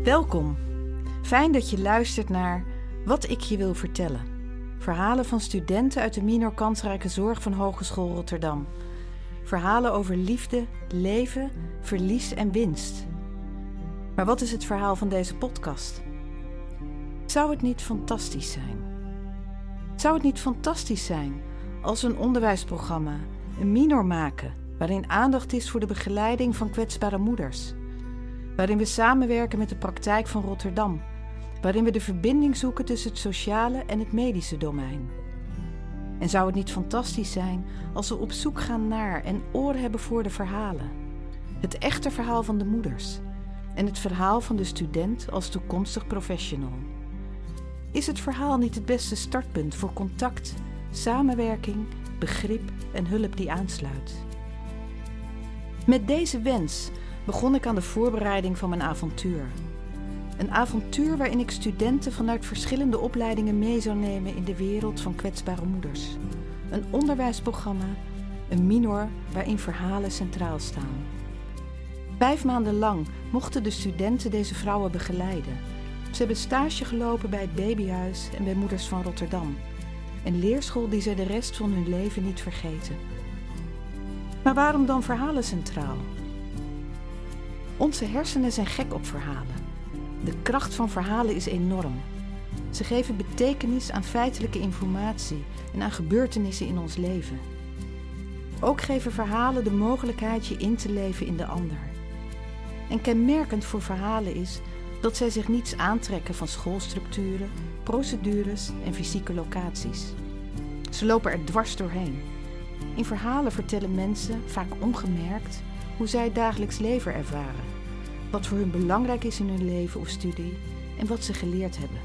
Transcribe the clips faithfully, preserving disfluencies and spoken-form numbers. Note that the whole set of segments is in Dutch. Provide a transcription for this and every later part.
Welkom. Fijn dat je luistert naar Wat ik je wil vertellen. Verhalen van studenten uit de minor kansrijke zorg van Hogeschool Rotterdam. Verhalen over liefde, leven, verlies en winst. Maar wat is het verhaal van deze podcast? Zou het niet fantastisch zijn? Zou het niet fantastisch zijn als we een onderwijsprogramma, een minor maken, waarin aandacht is voor de begeleiding van kwetsbare moeders? Waarin we samenwerken met de praktijk van Rotterdam. Waarin we de verbinding zoeken tussen het sociale en het medische domein. En zou het niet fantastisch zijn als we op zoek gaan naar en oren hebben voor de verhalen? Het echte verhaal van de moeders. En het verhaal van de student als toekomstig professional. Is het verhaal niet het beste startpunt voor contact, samenwerking, begrip en hulp die aansluit? Met deze wens begon ik aan de voorbereiding van mijn avontuur. Een avontuur waarin ik studenten vanuit verschillende opleidingen mee zou nemen in de wereld van kwetsbare moeders. Een onderwijsprogramma, een minor waarin verhalen centraal staan. Vijf maanden lang mochten de studenten deze vrouwen begeleiden. Ze hebben stage gelopen bij het babyhuis en bij Moeders van Rotterdam. Een leerschool die zij de rest van hun leven niet vergeten. Maar waarom dan verhalen centraal? Onze hersenen zijn gek op verhalen. De kracht van verhalen is enorm. Ze geven betekenis aan feitelijke informatie en aan gebeurtenissen in ons leven. Ook geven verhalen de mogelijkheid je in te leven in de ander. En kenmerkend voor verhalen is dat zij zich niets aantrekken van schoolstructuren, procedures en fysieke locaties. Ze lopen er dwars doorheen. In verhalen vertellen mensen, vaak ongemerkt, hoe zij het dagelijks leven ervaren, wat voor hun belangrijk is in hun leven of studie en wat ze geleerd hebben.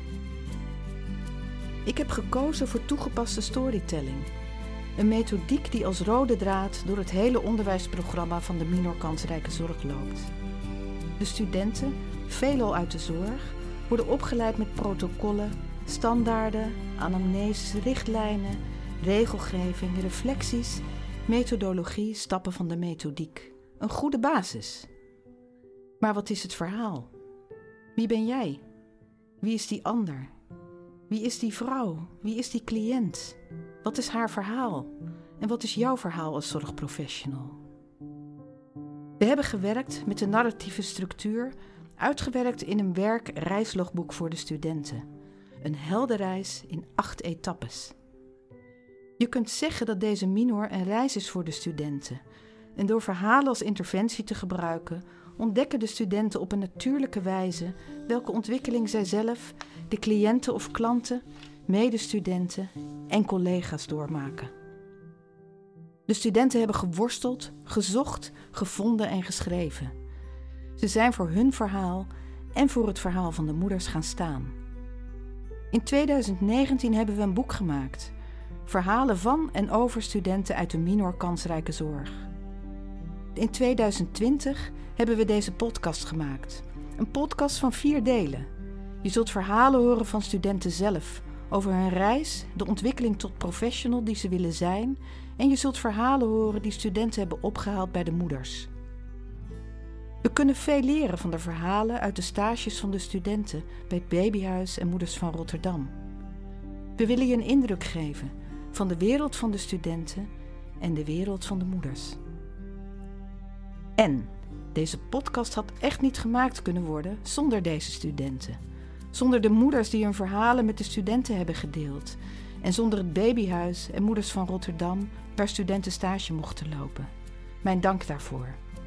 Ik heb gekozen voor toegepaste storytelling, een methodiek die als rode draad door het hele onderwijsprogramma van de minor kansrijke zorg loopt. De studenten, veelal uit de zorg, worden opgeleid met protocollen, standaarden, anamneses, richtlijnen, regelgeving, reflecties, methodologie, stappen van de methodiek. Een goede basis. Maar wat is het verhaal? Wie ben jij? Wie is die ander? Wie is die vrouw? Wie is die cliënt? Wat is haar verhaal? En wat is jouw verhaal als zorgprofessional? We hebben gewerkt met de narratieve structuur, uitgewerkt in een werk-reislogboek voor de studenten. Een heldenreis in acht etappes. Je kunt zeggen dat deze minor een reis is voor de studenten. En door verhalen als interventie te gebruiken, ontdekken de studenten op een natuurlijke wijze welke ontwikkeling zij zelf, de cliënten of klanten, medestudenten en collega's doormaken. De studenten hebben geworsteld, gezocht, gevonden en geschreven. Ze zijn voor hun verhaal en voor het verhaal van de moeders gaan staan. In tweeduizend negentien hebben we een boek gemaakt. Verhalen van en over studenten uit de minor kansrijke zorg. In tweeduizend twintig hebben we deze podcast gemaakt. Een podcast van vier delen. Je zult verhalen horen van studenten zelf, over hun reis, de ontwikkeling tot professional die ze willen zijn, en je zult verhalen horen die studenten hebben opgehaald bij de moeders. We kunnen veel leren van de verhalen uit de stages van de studenten bij het babyhuis en Moeders van Rotterdam. We willen je een indruk geven van de wereld van de studenten en de wereld van de moeders. En deze podcast had echt niet gemaakt kunnen worden zonder deze studenten. Zonder de moeders die hun verhalen met de studenten hebben gedeeld. En zonder het babyhuis en Moeders van Rotterdam waar studenten stage mochten lopen. Mijn dank daarvoor.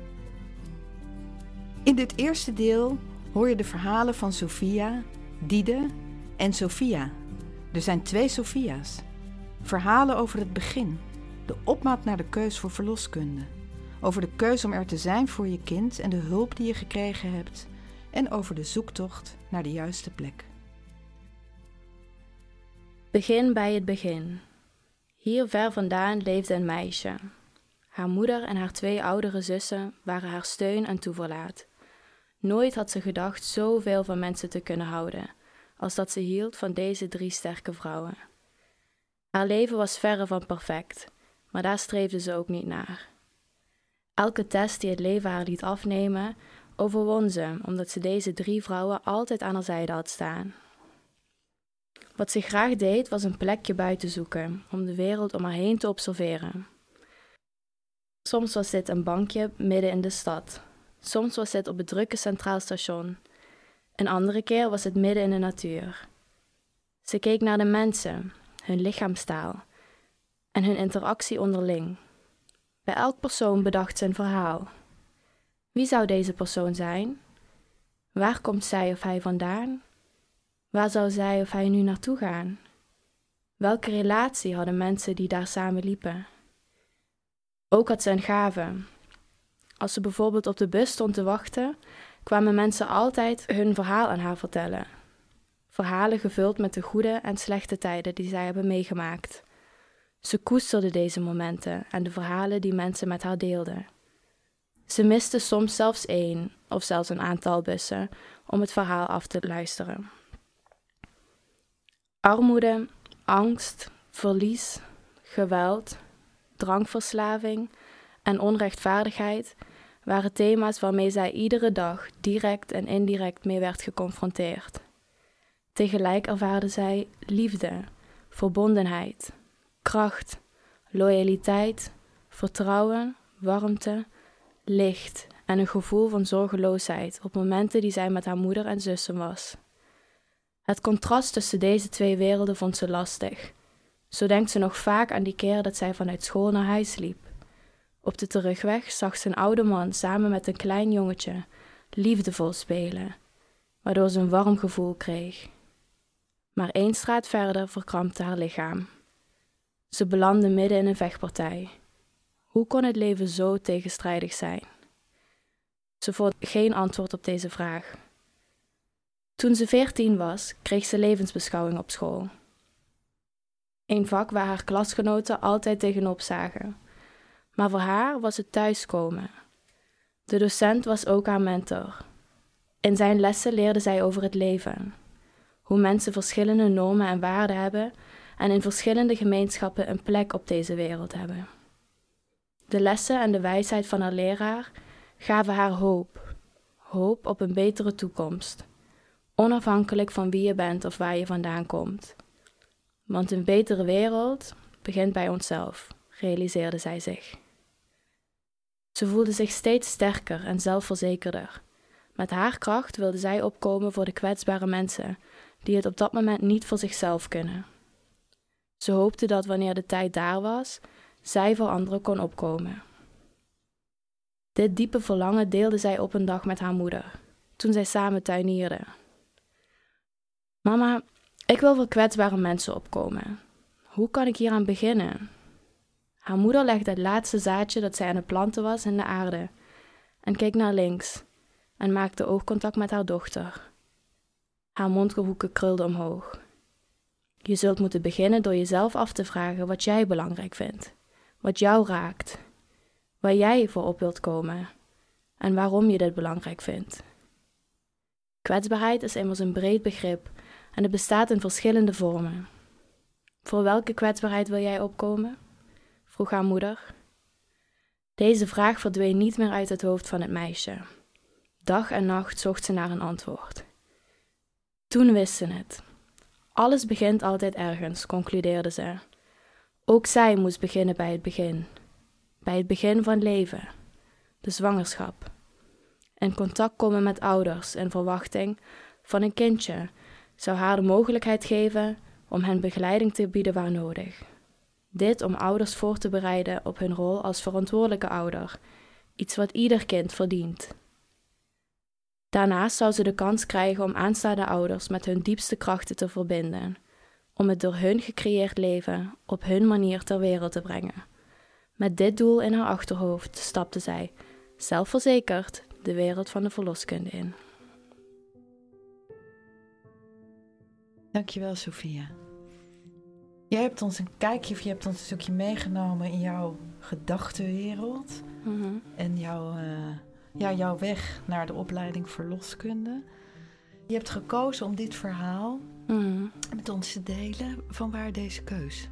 In dit eerste deel hoor je de verhalen van Sophia, Diede en Sophia. Er zijn twee Sophia's. Verhalen over het begin, de opmaat naar de keus voor verloskunde. Over de keus om er te zijn voor je kind en de hulp die je gekregen hebt. En over de zoektocht naar de juiste plek. Begin bij het begin. Hier ver vandaan leefde een meisje. Haar moeder en haar twee oudere zussen waren haar steun en toeverlaat. Nooit had ze gedacht zoveel van mensen te kunnen houden, als dat ze hield van deze drie sterke vrouwen. Haar leven was verre van perfect, maar daar streefde ze ook niet naar. Elke test die het leven haar liet afnemen, overwon ze, omdat ze deze drie vrouwen altijd aan haar zijde had staan. Wat ze graag deed, was een plekje buiten zoeken, om de wereld om haar heen te observeren. Soms was dit een bankje midden in de stad. Soms was dit op het drukke Centraal Station. Een andere keer was het midden in de natuur. Ze keek naar de mensen, hun lichaamstaal en hun interactie onderling. Bij elk persoon bedacht ze een verhaal. Wie zou deze persoon zijn? Waar komt zij of hij vandaan? Waar zou zij of hij nu naartoe gaan? Welke relatie hadden mensen die daar samen liepen? Ook had ze een gave. Als ze bijvoorbeeld op de bus stond te wachten, kwamen mensen altijd hun verhaal aan haar vertellen. Verhalen gevuld met de goede en slechte tijden die zij hebben meegemaakt. Ze koesterde deze momenten en de verhalen die mensen met haar deelden. Ze miste soms zelfs één of zelfs een aantal bussen om het verhaal af te luisteren. Armoede, angst, verlies, geweld, drankverslaving en onrechtvaardigheid waren thema's waarmee zij iedere dag direct en indirect mee werd geconfronteerd. Tegelijk ervaarde zij liefde, verbondenheid, kracht, loyaliteit, vertrouwen, warmte, licht en een gevoel van zorgeloosheid op momenten die zij met haar moeder en zussen was. Het contrast tussen deze twee werelden vond ze lastig. Zo denkt ze nog vaak aan die keer dat zij vanuit school naar huis liep. Op de terugweg zag ze een oude man samen met een klein jongetje liefdevol spelen, waardoor ze een warm gevoel kreeg. Maar één straat verder verkrampte haar lichaam. Ze belandde midden in een vechtpartij. Hoe kon het leven zo tegenstrijdig zijn? Ze vond geen antwoord op deze vraag. Toen ze veertien was, kreeg ze levensbeschouwing op school. Een vak waar haar klasgenoten altijd tegenop zagen. Maar voor haar was het thuiskomen. De docent was ook haar mentor. In zijn lessen leerde zij over het leven. Hoe mensen verschillende normen en waarden hebben en in verschillende gemeenschappen een plek op deze wereld hebben. De lessen en de wijsheid van haar leraar gaven haar hoop. Hoop op een betere toekomst. Onafhankelijk van wie je bent of waar je vandaan komt. Want een betere wereld begint bij onszelf, realiseerde zij zich. Ze voelde zich steeds sterker en zelfverzekerder. Met haar kracht wilde zij opkomen voor de kwetsbare mensen die het op dat moment niet voor zichzelf kunnen. Ze hoopte dat wanneer de tijd daar was, zij voor anderen kon opkomen. Dit diepe verlangen deelde zij op een dag met haar moeder, toen zij samen tuinierden. Mama, ik wil voor kwetsbare mensen opkomen. Hoe kan ik hieraan beginnen? Haar moeder legde het laatste zaadje dat zij aan het planten was in de aarde en keek naar links en maakte oogcontact met haar dochter. Haar mondhoeken krulden omhoog. Je zult moeten beginnen door jezelf af te vragen wat jij belangrijk vindt, wat jou raakt, waar jij voor op wilt komen en waarom je dit belangrijk vindt. Kwetsbaarheid is immers een breed begrip en het bestaat in verschillende vormen. Voor welke kwetsbaarheid wil jij opkomen? Vroeg haar moeder. Deze vraag verdween niet meer uit het hoofd van het meisje. Dag en nacht zocht ze naar een antwoord. Toen wist ze het. Alles begint altijd ergens, concludeerde ze. Ook zij moest beginnen bij het begin. Bij het begin van leven. De zwangerschap. In contact komen met ouders in verwachting van een kindje zou haar de mogelijkheid geven om hen begeleiding te bieden waar nodig. Dit om ouders voor te bereiden op hun rol als verantwoordelijke ouder, iets wat ieder kind verdient. Daarnaast zou ze de kans krijgen om aanstaande ouders met hun diepste krachten te verbinden, om het door hun gecreëerd leven op hun manier ter wereld te brengen. Met dit doel in haar achterhoofd stapte zij, zelfverzekerd, de wereld van de verloskunde in. Dankjewel, Sophia. Jij hebt ons een kijkje, of je hebt ons een stukje meegenomen in jouw gedachtenwereld. Mm-hmm. En jouw, uh, ja, jouw weg naar de opleiding verloskunde. Je hebt gekozen om dit verhaal mm-hmm. met ons te delen. Vanwaar deze keus?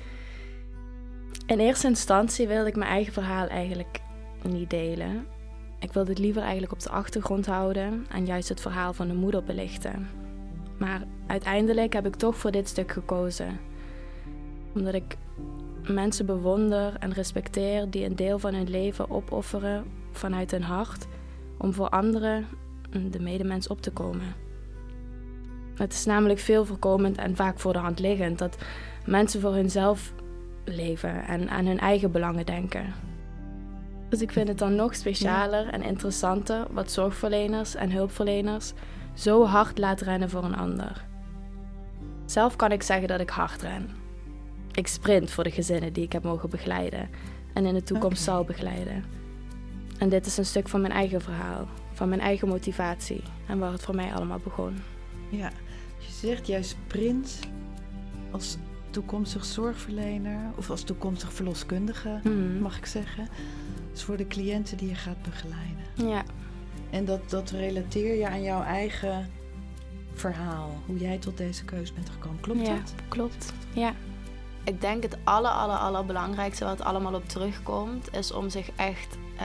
In eerste instantie wilde ik mijn eigen verhaal eigenlijk niet delen. Ik wil dit liever eigenlijk op de achtergrond houden en juist het verhaal van de moeder belichten. Maar uiteindelijk heb ik toch voor dit stuk gekozen. Omdat ik mensen bewonder en respecteer die een deel van hun leven opofferen vanuit hun hart om voor anderen, de medemens, op te komen. Het is namelijk veel voorkomend en vaak voor de hand liggend dat mensen voor hunzelf leven en aan hun eigen belangen denken. Dus ik vind het dan nog specialer en interessanter wat zorgverleners en hulpverleners zo hard laten rennen voor een ander. Zelf kan ik zeggen dat ik hard ren. Ik sprint voor de gezinnen die ik heb mogen begeleiden en in de toekomst okay. zal begeleiden. En dit is een stuk van mijn eigen verhaal, van mijn eigen motivatie en waar het voor mij allemaal begon. Ja, je zegt jij sprint als toekomstig zorgverlener of als toekomstig verloskundige, mm. mag ik zeggen. Dus voor de cliënten die je gaat begeleiden. Ja. En dat, dat relateer je aan jouw eigen verhaal, hoe jij tot deze keuze bent gekomen. Klopt ja, dat? Klopt, ja. Ik denk het aller, aller, allerbelangrijkste wat allemaal op terugkomt, is om zich echt uh,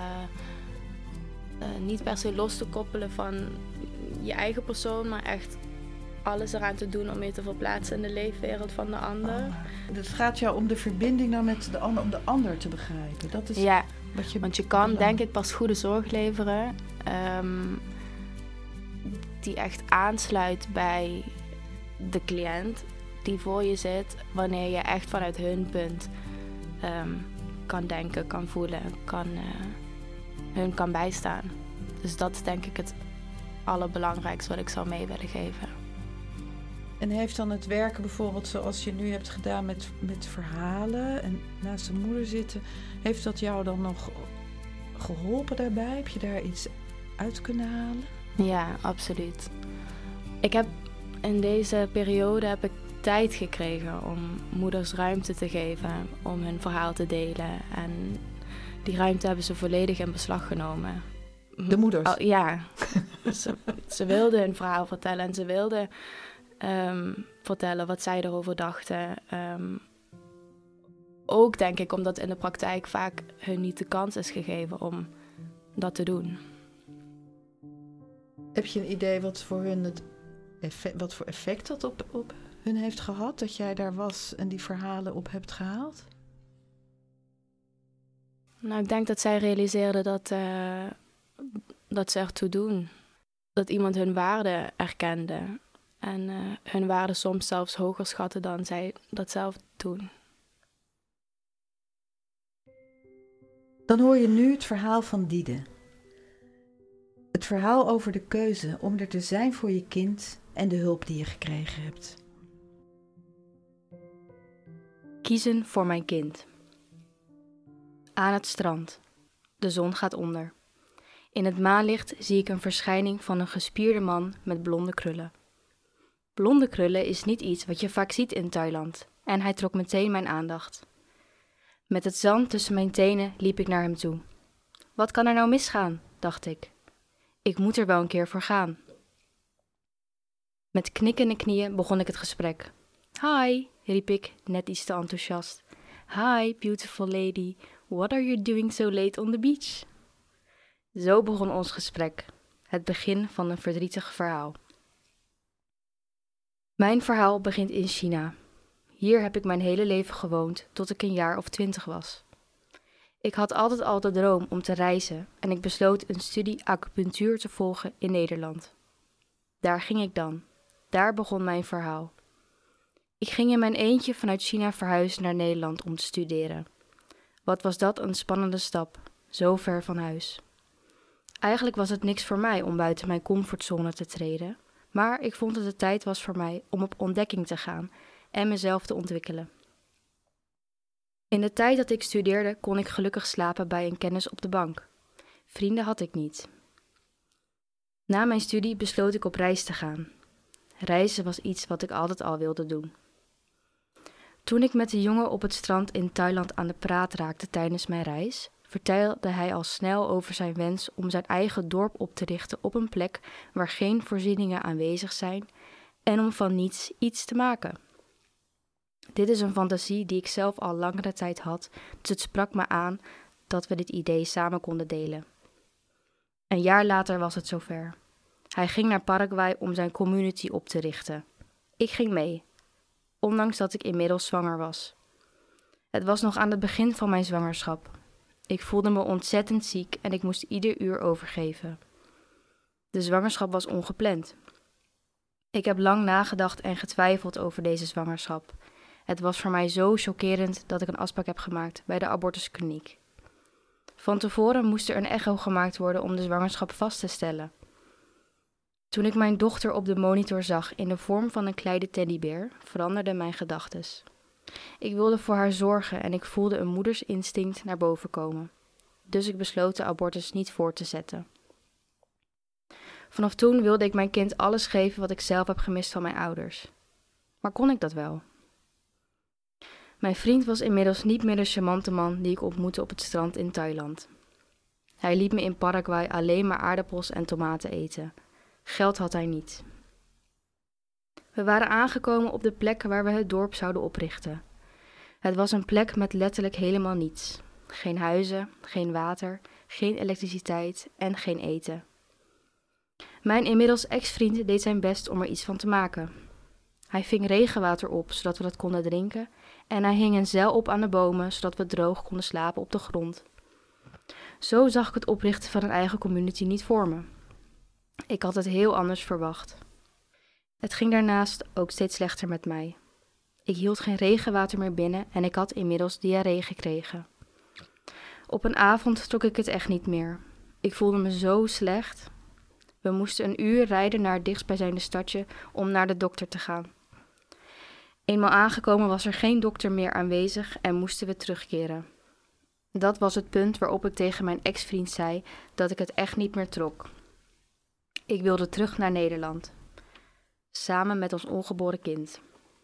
uh, niet per se los te koppelen van je eigen persoon, maar echt alles eraan te doen om je te verplaatsen in de leefwereld van de ander. Oh, het gaat jou om de verbinding dan met de ander, om de ander te begrijpen. Dat is ja, wat je want je kan belang. denk ik pas goede zorg leveren um, die echt aansluit bij de cliënt die voor je zit, wanneer je echt vanuit hun punt um, kan denken, kan voelen, kan, uh, hun kan bijstaan. Dus dat is denk ik het allerbelangrijkste wat ik zou mee willen geven. En heeft dan het werken bijvoorbeeld zoals je nu hebt gedaan met, met verhalen en naast de moeder zitten, heeft dat jou dan nog geholpen daarbij? Heb je daar iets uit kunnen halen? Ja, absoluut. Ik heb in deze periode heb ik tijd gekregen om moeders ruimte te geven om hun verhaal te delen. En die ruimte hebben ze volledig in beslag genomen. De moeders? Oh, ja. ze, ze wilden hun verhaal vertellen en ze wilden um, vertellen wat zij erover dachten. Um, ook denk ik omdat in de praktijk vaak hun niet de kans is gegeven om dat te doen. Heb je een idee wat voor hun het effect, wat voor effect dat op, op hun heeft gehad? Dat jij daar was en die verhalen op hebt gehaald? Nou, ik denk dat zij realiseerden dat, uh, dat ze ertoe doen. Dat iemand hun waarde erkende. En uh, hun waarde soms zelfs hoger schatten dan zij dat zelf doen. Dan hoor je nu het verhaal van Diede. Het verhaal over de keuze om er te zijn voor je kind en de hulp die je gekregen hebt. Kiezen voor mijn kind. Aan het strand. De zon gaat onder. In het maanlicht zie ik een verschijning van een gespierde man met blonde krullen. Blonde krullen is niet iets wat je vaak ziet in Thailand en hij trok meteen mijn aandacht. Met het zand tussen mijn tenen liep ik naar hem toe. Wat kan er nou misgaan, dacht ik. Ik moet er wel een keer voor gaan. Met knikkende knieën begon ik het gesprek. Hi, riep ik, net iets te enthousiast. Hi, beautiful lady, what are you doing so late on the beach? Zo begon ons gesprek, het begin van een verdrietig verhaal. Mijn verhaal begint in China. Hier heb ik mijn hele leven gewoond tot ik een jaar of twintig was. Ik had altijd al de droom om te reizen en ik besloot een studie acupunctuur te volgen in Nederland. Daar ging ik dan. Daar begon mijn verhaal. Ik ging in mijn eentje vanuit China verhuizen naar Nederland om te studeren. Wat was dat een spannende stap, zo ver van huis. Eigenlijk was het niks voor mij om buiten mijn comfortzone te treden, maar ik vond dat het tijd was voor mij om op ontdekking te gaan en mezelf te ontwikkelen. In de tijd dat ik studeerde kon ik gelukkig slapen bij een kennis op de bank. Vrienden had ik niet. Na mijn studie besloot ik op reis te gaan. Reizen was iets wat ik altijd al wilde doen. Toen ik met de jongen op het strand in Thailand aan de praat raakte tijdens mijn reis, vertelde hij al snel over zijn wens om zijn eigen dorp op te richten op een plek waar geen voorzieningen aanwezig zijn en om van niets iets te maken. Dit is een fantasie die ik zelf al langere tijd had, dus het sprak me aan dat we dit idee samen konden delen. Een jaar later was het zover. Hij ging naar Paraguay om zijn community op te richten. Ik ging mee, ondanks dat ik inmiddels zwanger was. Het was nog aan het begin van mijn zwangerschap. Ik voelde me ontzettend ziek en ik moest ieder uur overgeven. De zwangerschap was ongepland. Ik heb lang nagedacht en getwijfeld over deze zwangerschap. Het was voor mij zo chockerend dat ik een afspraak heb gemaakt bij de abortuskliniek. Van tevoren moest er een echo gemaakt worden om de zwangerschap vast te stellen. Toen ik mijn dochter op de monitor zag in de vorm van een kleine teddybeer, veranderden mijn gedachtes. Ik wilde voor haar zorgen en ik voelde een moedersinstinct naar boven komen. Dus ik besloot de abortus niet voor te zetten. Vanaf toen wilde ik mijn kind alles geven wat ik zelf heb gemist van mijn ouders. Maar kon ik dat wel? Mijn vriend was inmiddels niet meer de charmante man die ik ontmoette op het strand in Thailand. Hij liet me in Paraguay alleen maar aardappels en tomaten eten. Geld had hij niet. We waren aangekomen op de plek waar we het dorp zouden oprichten. Het was een plek met letterlijk helemaal niets. Geen huizen, geen water, geen elektriciteit en geen eten. Mijn inmiddels ex-vriend deed zijn best om er iets van te maken. Hij ving regenwater op, zodat we dat konden drinken, en hij hing een zeil op aan de bomen, zodat we droog konden slapen op de grond. Zo zag ik het oprichten van een eigen community niet voor me. Ik had het heel anders verwacht. Het ging daarnaast ook steeds slechter met mij. Ik hield geen regenwater meer binnen en ik had inmiddels diarree gekregen. Op een avond trok ik het echt niet meer. Ik voelde me zo slecht. We moesten een uur rijden naar het dichtstbijzijnde stadje om naar de dokter te gaan. Eenmaal aangekomen was er geen dokter meer aanwezig en moesten we terugkeren. Dat was het punt waarop ik tegen mijn ex-vriend zei dat ik het echt niet meer trok. Ik wilde terug naar Nederland, samen met ons ongeboren kind.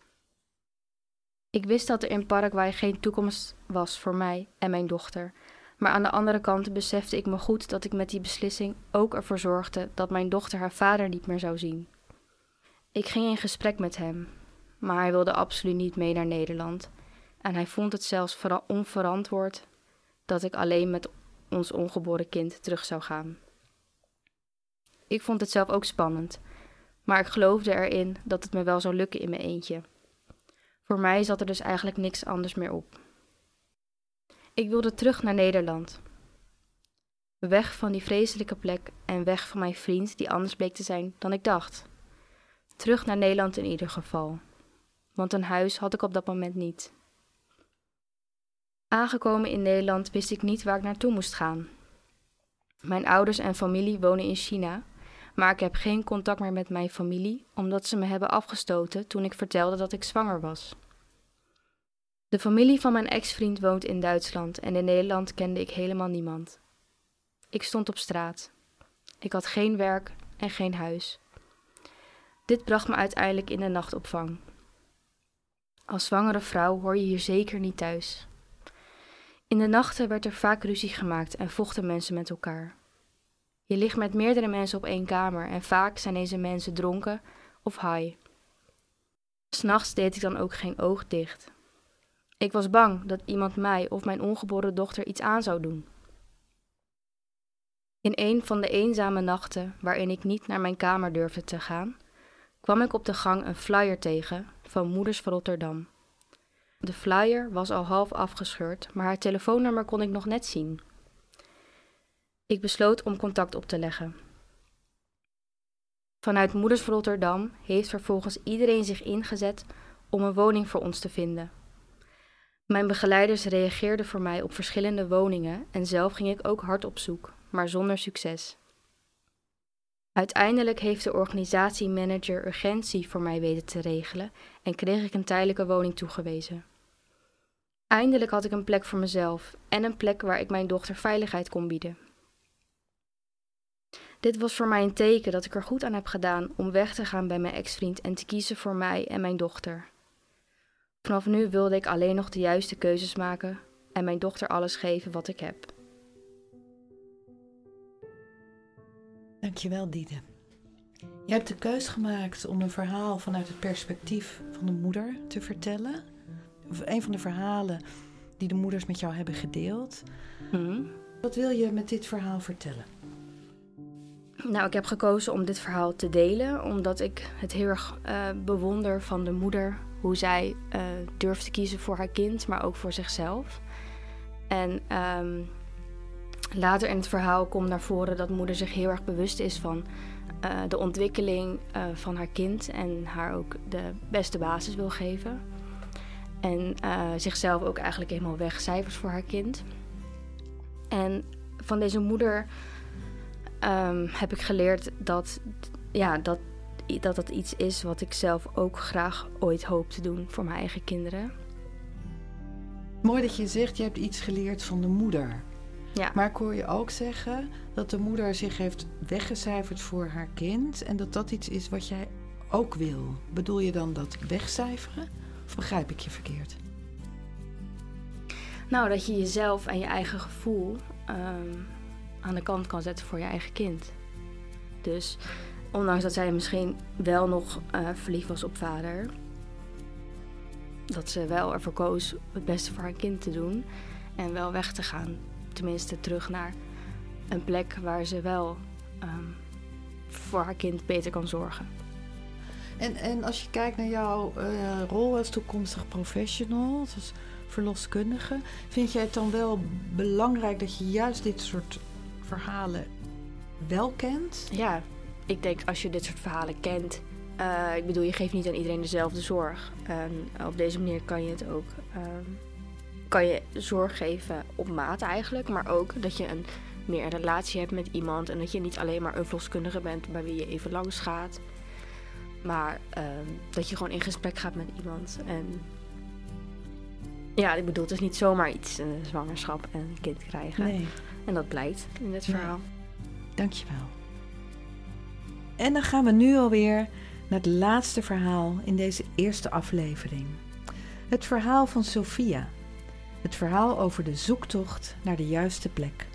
Ik wist dat er in Paraguay geen toekomst was voor mij en mijn dochter, maar aan de andere kant besefte ik me goed dat ik met die beslissing ook ervoor zorgde dat mijn dochter haar vader niet meer zou zien. Ik ging in gesprek met hem, maar hij wilde absoluut niet mee naar Nederland en hij vond het zelfs vera- onverantwoord dat ik alleen met ons ongeboren kind terug zou gaan. Ik vond het zelf ook spannend, maar ik geloofde erin dat het me wel zou lukken in mijn eentje. Voor mij zat er dus eigenlijk niks anders meer op. Ik wilde terug naar Nederland. Weg van die vreselijke plek en weg van mijn vriend die anders bleek te zijn dan ik dacht. Terug naar Nederland in ieder geval, want een huis had ik op dat moment niet. Aangekomen in Nederland wist ik niet waar ik naartoe moest gaan. Mijn ouders en familie wonen in China, maar ik heb geen contact meer met mijn familie omdat ze me hebben afgestoten toen ik vertelde dat ik zwanger was. De familie van mijn ex-vriend woont in Duitsland en in Nederland kende ik helemaal niemand. Ik stond op straat. Ik had geen werk en geen huis. Dit bracht me uiteindelijk in de nachtopvang. Als zwangere vrouw hoor je hier zeker niet thuis. In de nachten werd er vaak ruzie gemaakt en vochten mensen met elkaar. Je ligt met meerdere mensen op één kamer en vaak zijn deze mensen dronken of high. 'S Nachts deed ik dan ook geen oog dicht. Ik was bang dat iemand mij of mijn ongeboren dochter iets aan zou doen. In een van de eenzame nachten waarin ik niet naar mijn kamer durfde te gaan, kwam ik op de gang een flyer tegen van Moeders van Rotterdam. De flyer was al half afgescheurd, maar haar telefoonnummer kon ik nog net zien. Ik besloot om contact op te leggen. Vanuit Moeders van Rotterdam heeft vervolgens iedereen zich ingezet om een woning voor ons te vinden. Mijn begeleiders reageerden voor mij op verschillende woningen en zelf ging ik ook hard op zoek, maar zonder succes. Uiteindelijk heeft de organisatiemanager urgentie voor mij weten te regelen en kreeg ik een tijdelijke woning toegewezen. Eindelijk had ik een plek voor mezelf en een plek waar ik mijn dochter veiligheid kon bieden. Dit was voor mij een teken dat ik er goed aan heb gedaan om weg te gaan bij mijn ex-vriend en te kiezen voor mij en mijn dochter. Vanaf nu wilde ik alleen nog de juiste keuzes maken en mijn dochter alles geven wat ik heb. Dankjewel, Diede. Je hebt de keus gemaakt om een verhaal vanuit het perspectief van de moeder te vertellen. Of een van de verhalen die de moeders met jou hebben gedeeld. Hmm. Wat wil je met dit verhaal vertellen? Nou, ik heb gekozen om dit verhaal te delen, omdat ik het heel erg uh, bewonder van de moeder. Hoe zij uh, durft te kiezen voor haar kind, maar ook voor zichzelf. En um, later in het verhaal komt naar voren dat moeder zich heel erg bewust is van uh, de ontwikkeling uh, van haar kind. En haar ook de beste basis wil geven. En uh, zichzelf ook eigenlijk helemaal wegcijfert voor haar kind. En van deze moeder um, heb ik geleerd dat, ja, dat, dat dat iets is wat ik zelf ook graag ooit hoop te doen voor mijn eigen kinderen. Mooi dat je zegt, je hebt iets geleerd van de moeder. Ja. Maar ik hoor je ook zeggen dat de moeder zich heeft weggecijferd voor haar kind. En dat dat iets is wat jij ook wil. Bedoel je dan dat wegcijferen? Of begrijp ik je verkeerd? Nou, dat je jezelf en je eigen gevoel um, aan de kant kan zetten voor je eigen kind. Dus ondanks dat zij misschien wel nog uh, verliefd was op vader, dat ze wel ervoor koos het beste voor haar kind te doen en wel weg te gaan. Tenminste terug naar een plek waar ze wel um, voor haar kind beter kan zorgen. En, en als je kijkt naar jouw uh, rol als toekomstig professional, als verloskundige, vind jij het dan wel belangrijk dat je juist dit soort verhalen wel kent? Ja, ik denk als je dit soort verhalen kent, uh, ik bedoel, je geeft niet aan iedereen dezelfde zorg. En op deze manier kan je het ook, uh, kan je zorg geven op maat eigenlijk, maar ook dat je een, meer een relatie hebt met iemand en dat je niet alleen maar een verloskundige bent bij wie je even langs gaat. Maar uh, dat je gewoon in gesprek gaat met iemand. En ja, ik bedoel, het is niet zomaar iets, uh, zwangerschap en een kind krijgen. Nee. En dat blijkt in dit verhaal. Nee. Dankjewel. En dan gaan we nu alweer naar het laatste verhaal in deze eerste aflevering. Het verhaal van Sophia. Het verhaal over de zoektocht naar de juiste plek.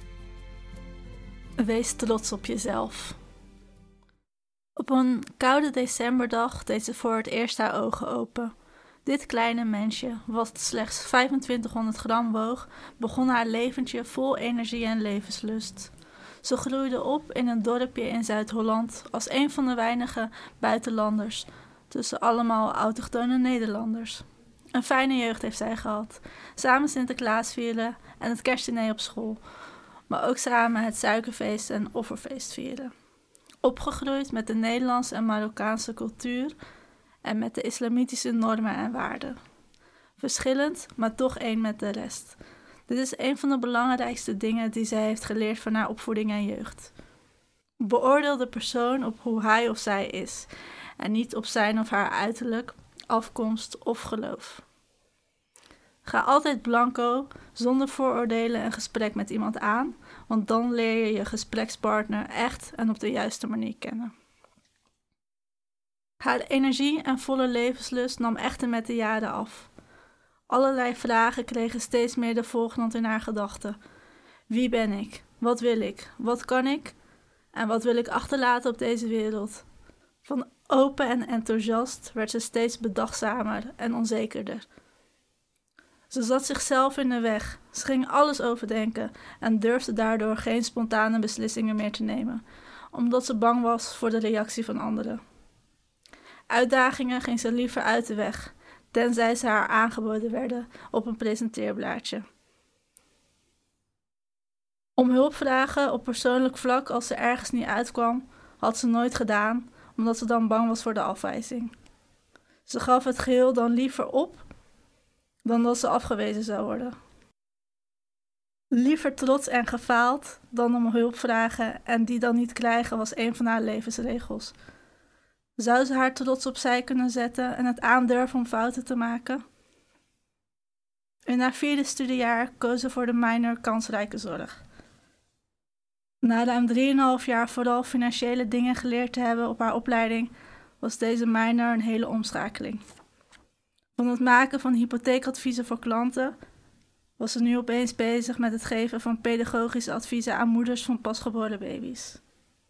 Wees trots op jezelf. Op een koude decemberdag deed ze voor het eerst haar ogen open. Dit kleine mensje, wat slechts vijfentwintighonderd gram woog, begon haar leventje vol energie en levenslust. Ze groeide op in een dorpje in Zuid-Holland als een van de weinige buitenlanders tussen allemaal autochtone Nederlanders. Een fijne jeugd heeft zij gehad. Samen Sinterklaas vieren en het kerstdiner op school, maar ook samen het suikerfeest en offerfeest vieren. Opgegroeid met de Nederlandse en Marokkaanse cultuur en met de islamitische normen en waarden. Verschillend, maar toch één met de rest. Dit is een van de belangrijkste dingen die zij heeft geleerd van haar opvoeding en jeugd. Beoordeel de persoon op hoe hij of zij is en niet op zijn of haar uiterlijk, afkomst of geloof. Ga altijd blanco, zonder vooroordelen een gesprek met iemand aan, want dan leer je je gesprekspartner echt en op de juiste manier kennen. Haar energie en volle levenslust nam echter met de jaren af. Allerlei vragen kregen steeds meer de voorgrond in haar gedachten. Wie ben ik? Wat wil ik? Wat kan ik? En wat wil ik achterlaten op deze wereld? Van open en enthousiast werd ze steeds bedachtzamer en onzekerder. Ze zat zichzelf in de weg, ze ging alles overdenken en durfde daardoor geen spontane beslissingen meer te nemen, omdat ze bang was voor de reactie van anderen. Uitdagingen ging ze liever uit de weg, tenzij ze haar aangeboden werden op een presenteerblaadje. Om hulp vragen op persoonlijk vlak als ze ergens niet uitkwam, had ze nooit gedaan, omdat ze dan bang was voor de afwijzing. Ze gaf het geheel dan liever op, dan dat ze afgewezen zou worden. Liever trots en gefaald, dan om hulp vragen en die dan niet krijgen was een van haar levensregels. Zou ze haar trots opzij kunnen zetten en het aandurven om fouten te maken? In haar vierde studiejaar koos ze voor de minor kansrijke zorg. Na ruim drieënhalf jaar vooral financiële dingen geleerd te hebben op haar opleiding, was deze minor een hele omschakeling. Van het maken van hypotheekadviezen voor klanten was ze nu opeens bezig met het geven van pedagogische adviezen aan moeders van pasgeboren baby's.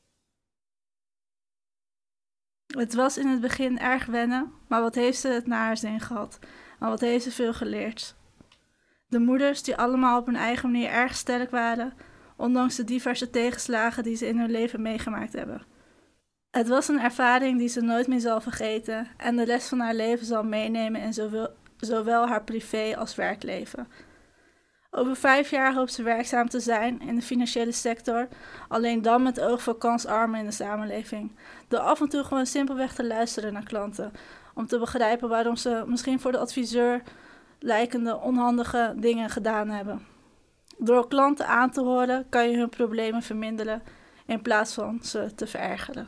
Het was in het begin erg wennen, maar wat heeft ze het naar haar zin gehad en wat heeft ze veel geleerd. De moeders, die allemaal op hun eigen manier erg sterk waren, ondanks de diverse tegenslagen die ze in hun leven meegemaakt hebben. Het was een ervaring die ze nooit meer zal vergeten en de rest van haar leven zal meenemen in zowel, zowel haar privé- als werkleven. Over vijf jaar hoopt ze werkzaam te zijn in de financiële sector, alleen dan met oog voor kansarmen in de samenleving. Door af en toe gewoon simpelweg te luisteren naar klanten, om te begrijpen waarom ze misschien voor de adviseur lijkende onhandige dingen gedaan hebben. Door klanten aan te horen kan je hun problemen verminderen in plaats van ze te verergeren.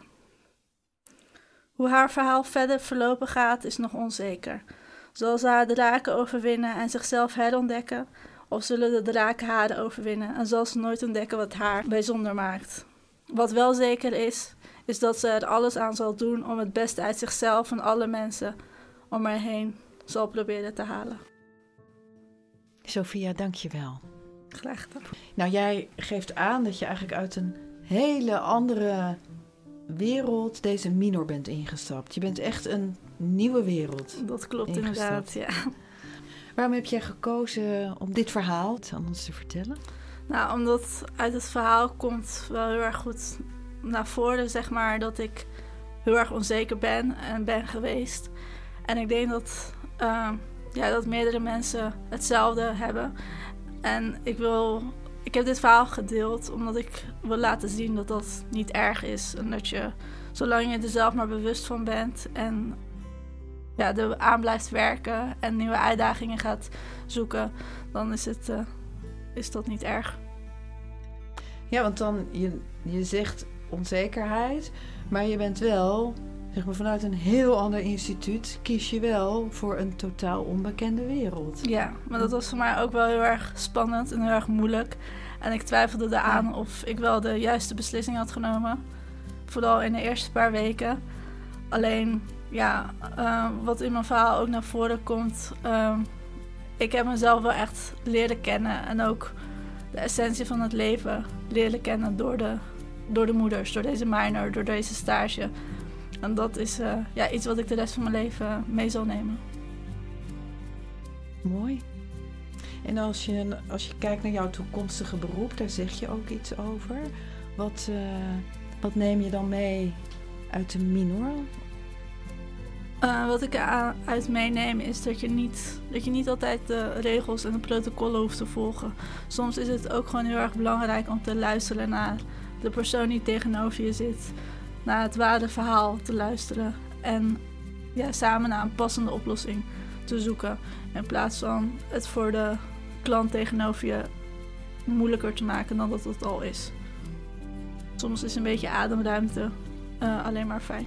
Hoe haar verhaal verder verlopen gaat is nog onzeker. Zal ze haar draken overwinnen en zichzelf herontdekken? Of zullen de draken haar overwinnen en zal ze nooit ontdekken wat haar bijzonder maakt? Wat wel zeker is, is dat ze er alles aan zal doen om het beste uit zichzelf en alle mensen om haar heen zal proberen te halen. Sophia, dank je wel. Graag gedaan. Nou, jij geeft aan dat je eigenlijk uit een hele andere wereld deze minor bent ingestapt. Je bent echt een nieuwe wereld. Dat klopt ingestapt. inderdaad, ja. Waarom heb jij gekozen om dit verhaal aan ons te vertellen? Nou, omdat uit het verhaal komt wel heel erg goed naar voren, zeg maar, dat ik heel erg onzeker ben en ben geweest. En ik denk dat, uh, ja, dat meerdere mensen hetzelfde hebben. En ik wil, ik heb dit verhaal gedeeld omdat ik wil laten zien dat dat niet erg is. En dat je, zolang je er zelf maar bewust van bent en ja, er aan blijft werken en nieuwe uitdagingen gaat zoeken, dan is, het, uh, is dat niet erg. Ja, want dan, je, je zegt onzekerheid, maar je bent wel, zeg maar, vanuit een heel ander instituut kies je wel voor een totaal onbekende wereld. Ja, maar dat was voor mij ook wel heel erg spannend en heel erg moeilijk. En ik twijfelde eraan ja. of ik wel de juiste beslissing had genomen. Vooral in de eerste paar weken. Alleen, ja, uh, wat in mijn verhaal ook naar voren komt, Uh, ik heb mezelf wel echt leren kennen en ook de essentie van het leven leren kennen door de, door de moeders, door deze minor, door deze stage. En dat is uh, ja, iets wat ik de rest van mijn leven mee zal nemen. Mooi. En als je, als je kijkt naar jouw toekomstige beroep, daar zeg je ook iets over. Wat, uh, wat neem je dan mee uit de minor? Uh, wat ik eruit meeneem is dat je, niet, dat je niet altijd de regels en de protocollen hoeft te volgen. Soms is het ook gewoon heel erg belangrijk om te luisteren naar de persoon die tegenover je zit. Naar het ware verhaal te luisteren. En ja, samen naar een passende oplossing te zoeken. In plaats van het voor de klant tegenover je moeilijker te maken dan dat het al is. Soms is een beetje ademruimte uh, alleen maar fijn.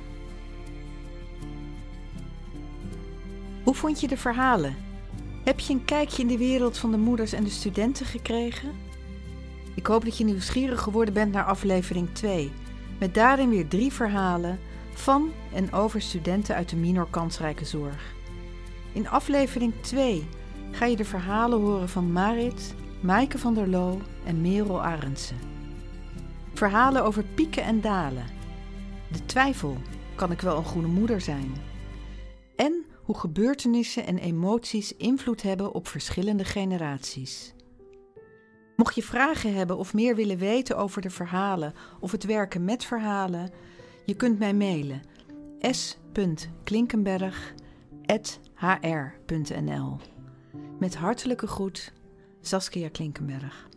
Hoe vond je de verhalen? Heb je een kijkje in de wereld van de moeders en de studenten gekregen? Ik hoop dat je nieuwsgierig geworden bent naar aflevering twee. Met daarin weer drie verhalen van en over studenten uit de minor kansrijke zorg. In aflevering twee ga je de verhalen horen van Marit, Maaike van der Loo en Merel Arendsen. Verhalen over pieken en dalen. De twijfel, kan ik wel een goede moeder zijn? En hoe gebeurtenissen en emoties invloed hebben op verschillende generaties. Mocht je vragen hebben of meer willen weten over de verhalen of het werken met verhalen, je kunt mij mailen s punt klinkenberg apenstaartje h r punt n l. Met hartelijke groet, Saskia Klinkenberg.